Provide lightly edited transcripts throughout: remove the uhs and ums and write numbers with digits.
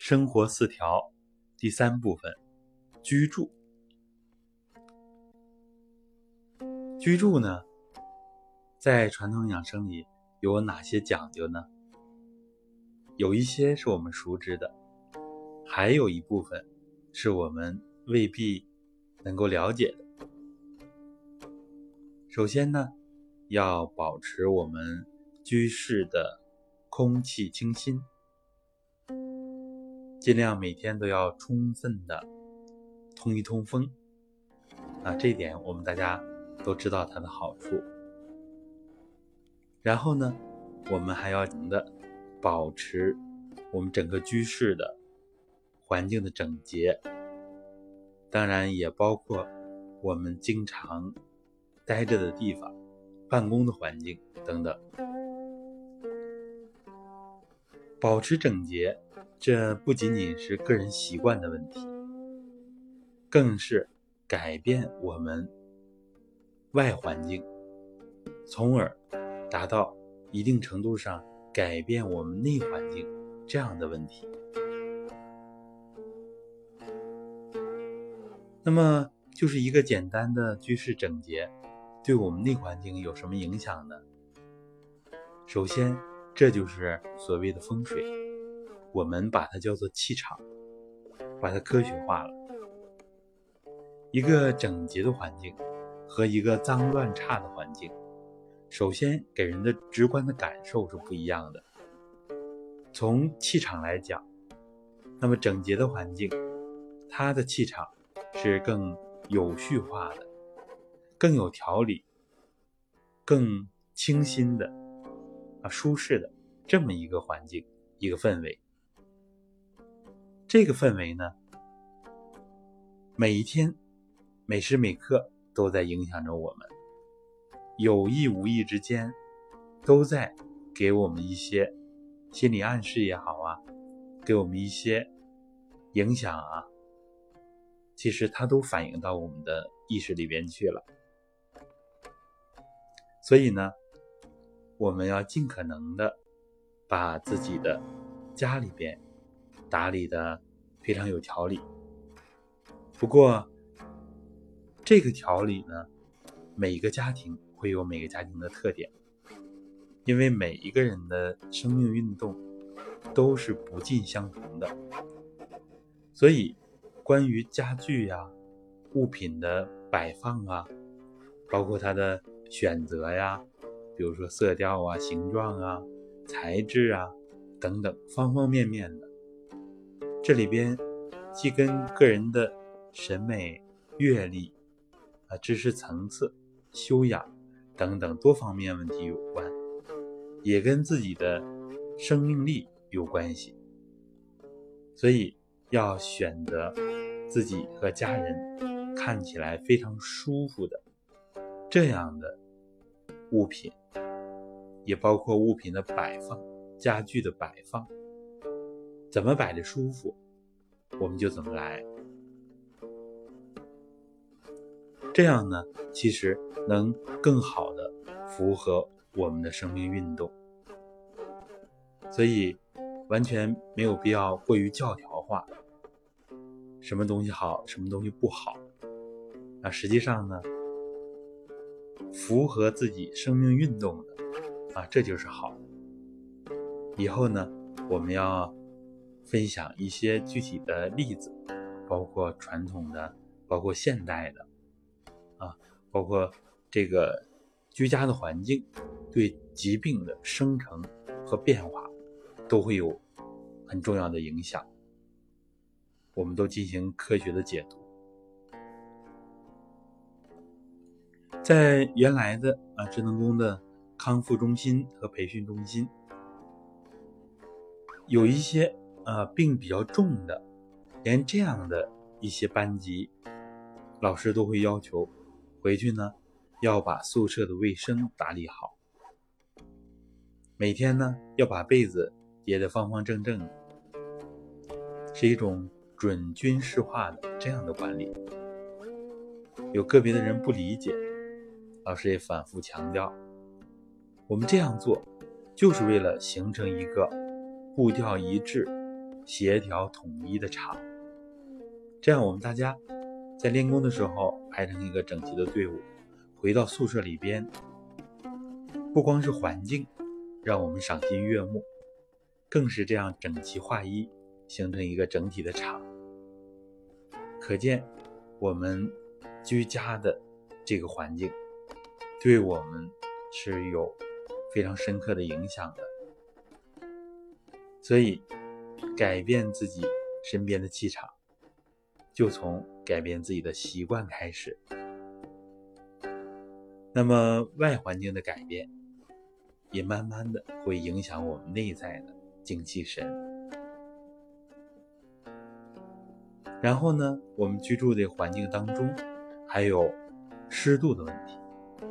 生活4条第3部分，居住。居住呢，在传统养生里有哪些讲究呢？有一些是我们熟知的，还有一部分是我们未必能够了解的。首先呢，要保持我们居室的空气清新，尽量每天都要充分的通一通风这一点我们大家都知道它的好处。然后呢，我们还要保持我们整个居室的环境的整洁，当然也包括我们经常待着的地方、办公的环境等等。保持整洁，这不仅仅是个人习惯的问题，更是改变我们外环境，从而达到一定程度上改变我们内环境这样的问题。那么就是一个简单的居室整洁对我们内环境有什么影响呢？首先，这就是所谓的风水，我们把它叫做气场，把它科学化了。一个整洁的环境和一个脏乱差的环境，首先给人的直观的感受是不一样的。从气场来讲，那么整洁的环境，它的气场是更有序化的，更有条理，更清新的舒适的这么一个环境，一个氛围。这个氛围呢，每一天每时每刻都在影响着我们，有意无意之间都在给我们一些心理暗示也好给我们一些影响其实它都反映到我们的意识里边去了。所以呢，我们要尽可能的把自己的家里边打理的非常有条理。不过这个条理呢，每一个家庭会有每个家庭的特点，因为每一个人的生命运动都是不尽相同的，所以关于家具物品的摆放包括它的选择比如说色调形状材质等等方方面面的，这里边既跟个人的审美、阅历知识层次、修养等等多方面问题有关，也跟自己的生命力有关系。所以要选择自己和家人看起来非常舒服的这样的物品，也包括物品的摆放、家具的摆放，怎么摆的舒服我们就怎么来。这样呢，其实能更好的符合我们的生命运动。所以完全没有必要过于教条化，什么东西好，什么东西不好。实际上呢，符合自己生命运动的这就是好。以后呢，我们要分享一些具体的例子，包括传统的，包括现代的包括这个居家的环境对疾病的生成和变化都会有很重要的影响，我们都进行科学的解读。在原来的职能宫的康复中心和培训中心，有一些病比较重的，连这样的一些班级，老师都会要求回去呢要把宿舍的卫生打理好，每天呢要把被子叠得方方正正的，是一种准军事化的这样的管理。有个别的人不理解，老师也反复强调，我们这样做就是为了形成一个步调一致、 协调统一的场。这样我们大家在练功的时候排成一个整齐的队伍，回到宿舍里边，不光是环境让我们赏心悦目，更是这样整齐划一，形成一个整体的场。可见我们居家的这个环境对我们是有非常深刻的影响的。所以改变自己身边的气场，就从改变自己的习惯开始。那么外环境的改变也慢慢的会影响我们内在的精气神。然后呢，我们居住的环境当中还有湿度的问题。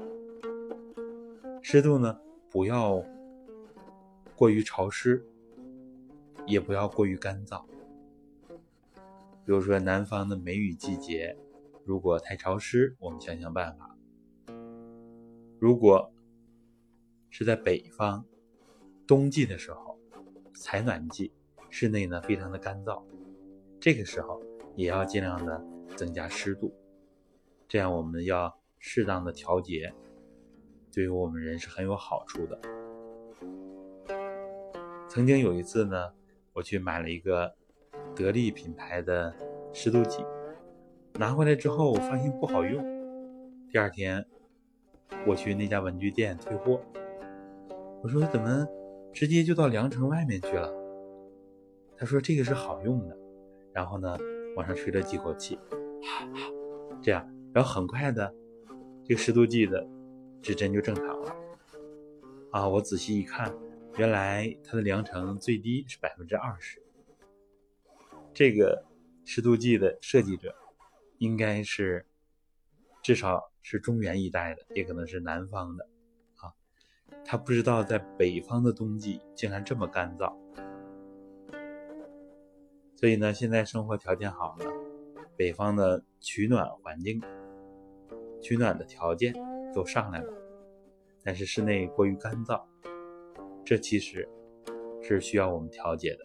湿度呢，不要过于潮湿，也不要过于干燥。比如说南方的梅雨季节，如果太潮湿，我们想想办法。如果是在北方冬季的时候，采暖季，室内呢非常的干燥，这个时候也要尽量的增加湿度，这样我们要适当的调节，对于我们人是很有好处的。曾经有一次呢，我去买了一个得力品牌的湿度计，拿回来之后我发现不好用。第二天我去那家文具店退货，我说怎么直接就到凉城外面去了？他说这个是好用的，然后呢往上吹了几口气，这样，然后很快的这个湿度计的指针就正常了。我仔细一看，原来它的凉程最低是 20%。 这个湿度计的设计者应该是至少是中原一带的，也可能是南方的他不知道在北方的冬季竟然这么干燥。所以呢，现在生活条件好了，北方的取暖环境、取暖的条件都上来了，但是室内过于干燥，这其实是需要我们调节的。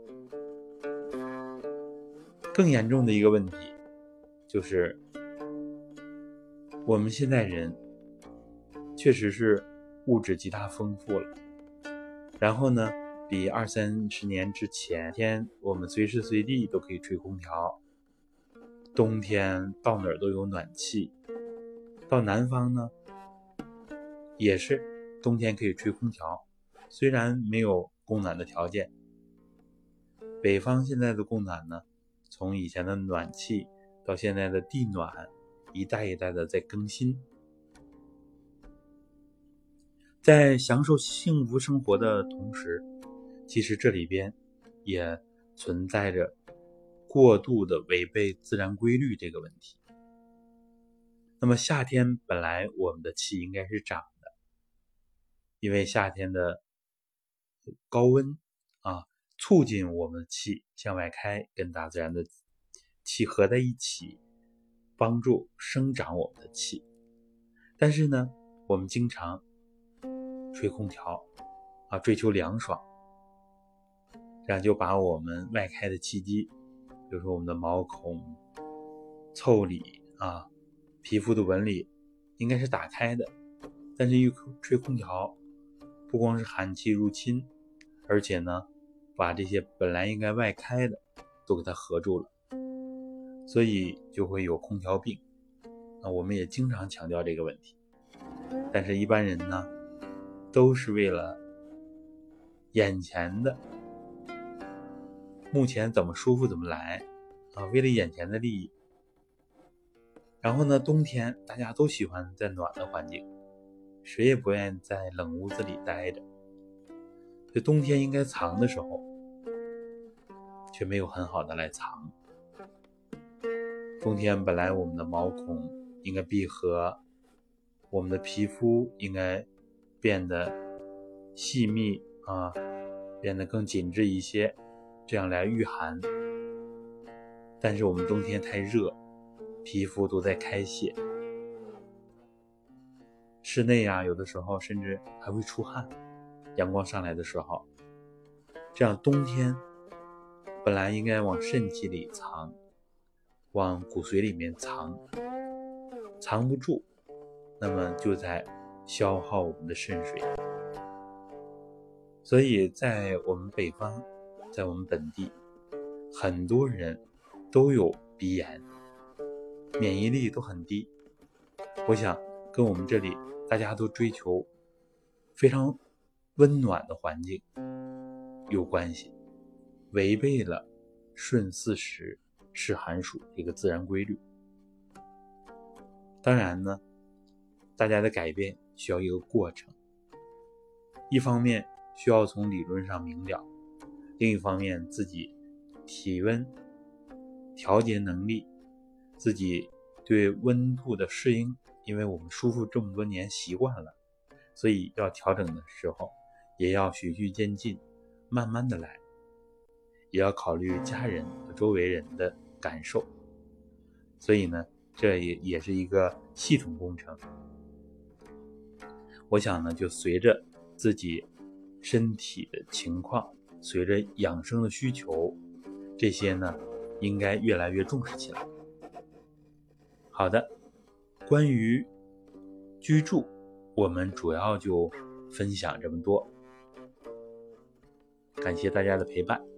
更严重的一个问题就是我们现代人确实是物质极大丰富了，然后呢比20-30年之前我们随时随地都可以吹空调，冬天到哪儿都有暖气。到南方呢也是冬天可以吹空调，虽然没有供暖的条件。北方现在的供暖呢，从以前的暖气到现在的地暖，一代一代的在更新。在享受幸福生活的同时，其实这里边也存在着过度的违背自然规律这个问题。那么夏天本来我们的气应该是涨的，因为夏天的高温促进我们的气向外开，跟大自然的气合在一起，帮助生长我们的气。但是呢，我们经常吹空调追求凉爽，这样就把我们外开的气机，比如说我们的毛孔、腠理皮肤的纹理应该是打开的，但是一吹空调，不光是寒气入侵，而且呢把这些本来应该外开的都给它合住了，所以就会有空调病。我们也经常强调这个问题，但是一般人呢都是为了眼前的目前怎么舒服怎么来为了眼前的利益。然后呢，冬天大家都喜欢在暖的环境，谁也不愿意在冷屋子里待着，所以冬天应该藏的时候却没有很好的来藏。冬天本来我们的毛孔应该闭合，我们的皮肤应该变得细密变得更紧致一些，这样来御寒。但是我们冬天太热，皮肤都在开泄，室内有的时候甚至还会出汗，阳光上来的时候，这样冬天本来应该往肾气里藏，往骨髓里面藏，藏不住，那么就在消耗我们的肾水。所以在我们北方，在我们本地，很多人都有鼻炎，免疫力都很低。我想跟我们这里大家都追求非常温暖的环境有关系，违背了顺四时吃寒暑这个自然规律。当然呢，大家的改变需要一个过程，一方面需要从理论上明了，另一方面自己体温调节能力，自己对温度的适应，因为我们舒服这么多年习惯了，所以要调整的时候也要循序渐进，慢慢的来，也要考虑家人和周围人的感受。所以呢，这也是一个系统工程。我想呢，就随着自己身体的情况，随着养生的需求，这些呢应该越来越重视起来。好的，关于居住，我们主要就分享这么多，感谢大家的陪伴。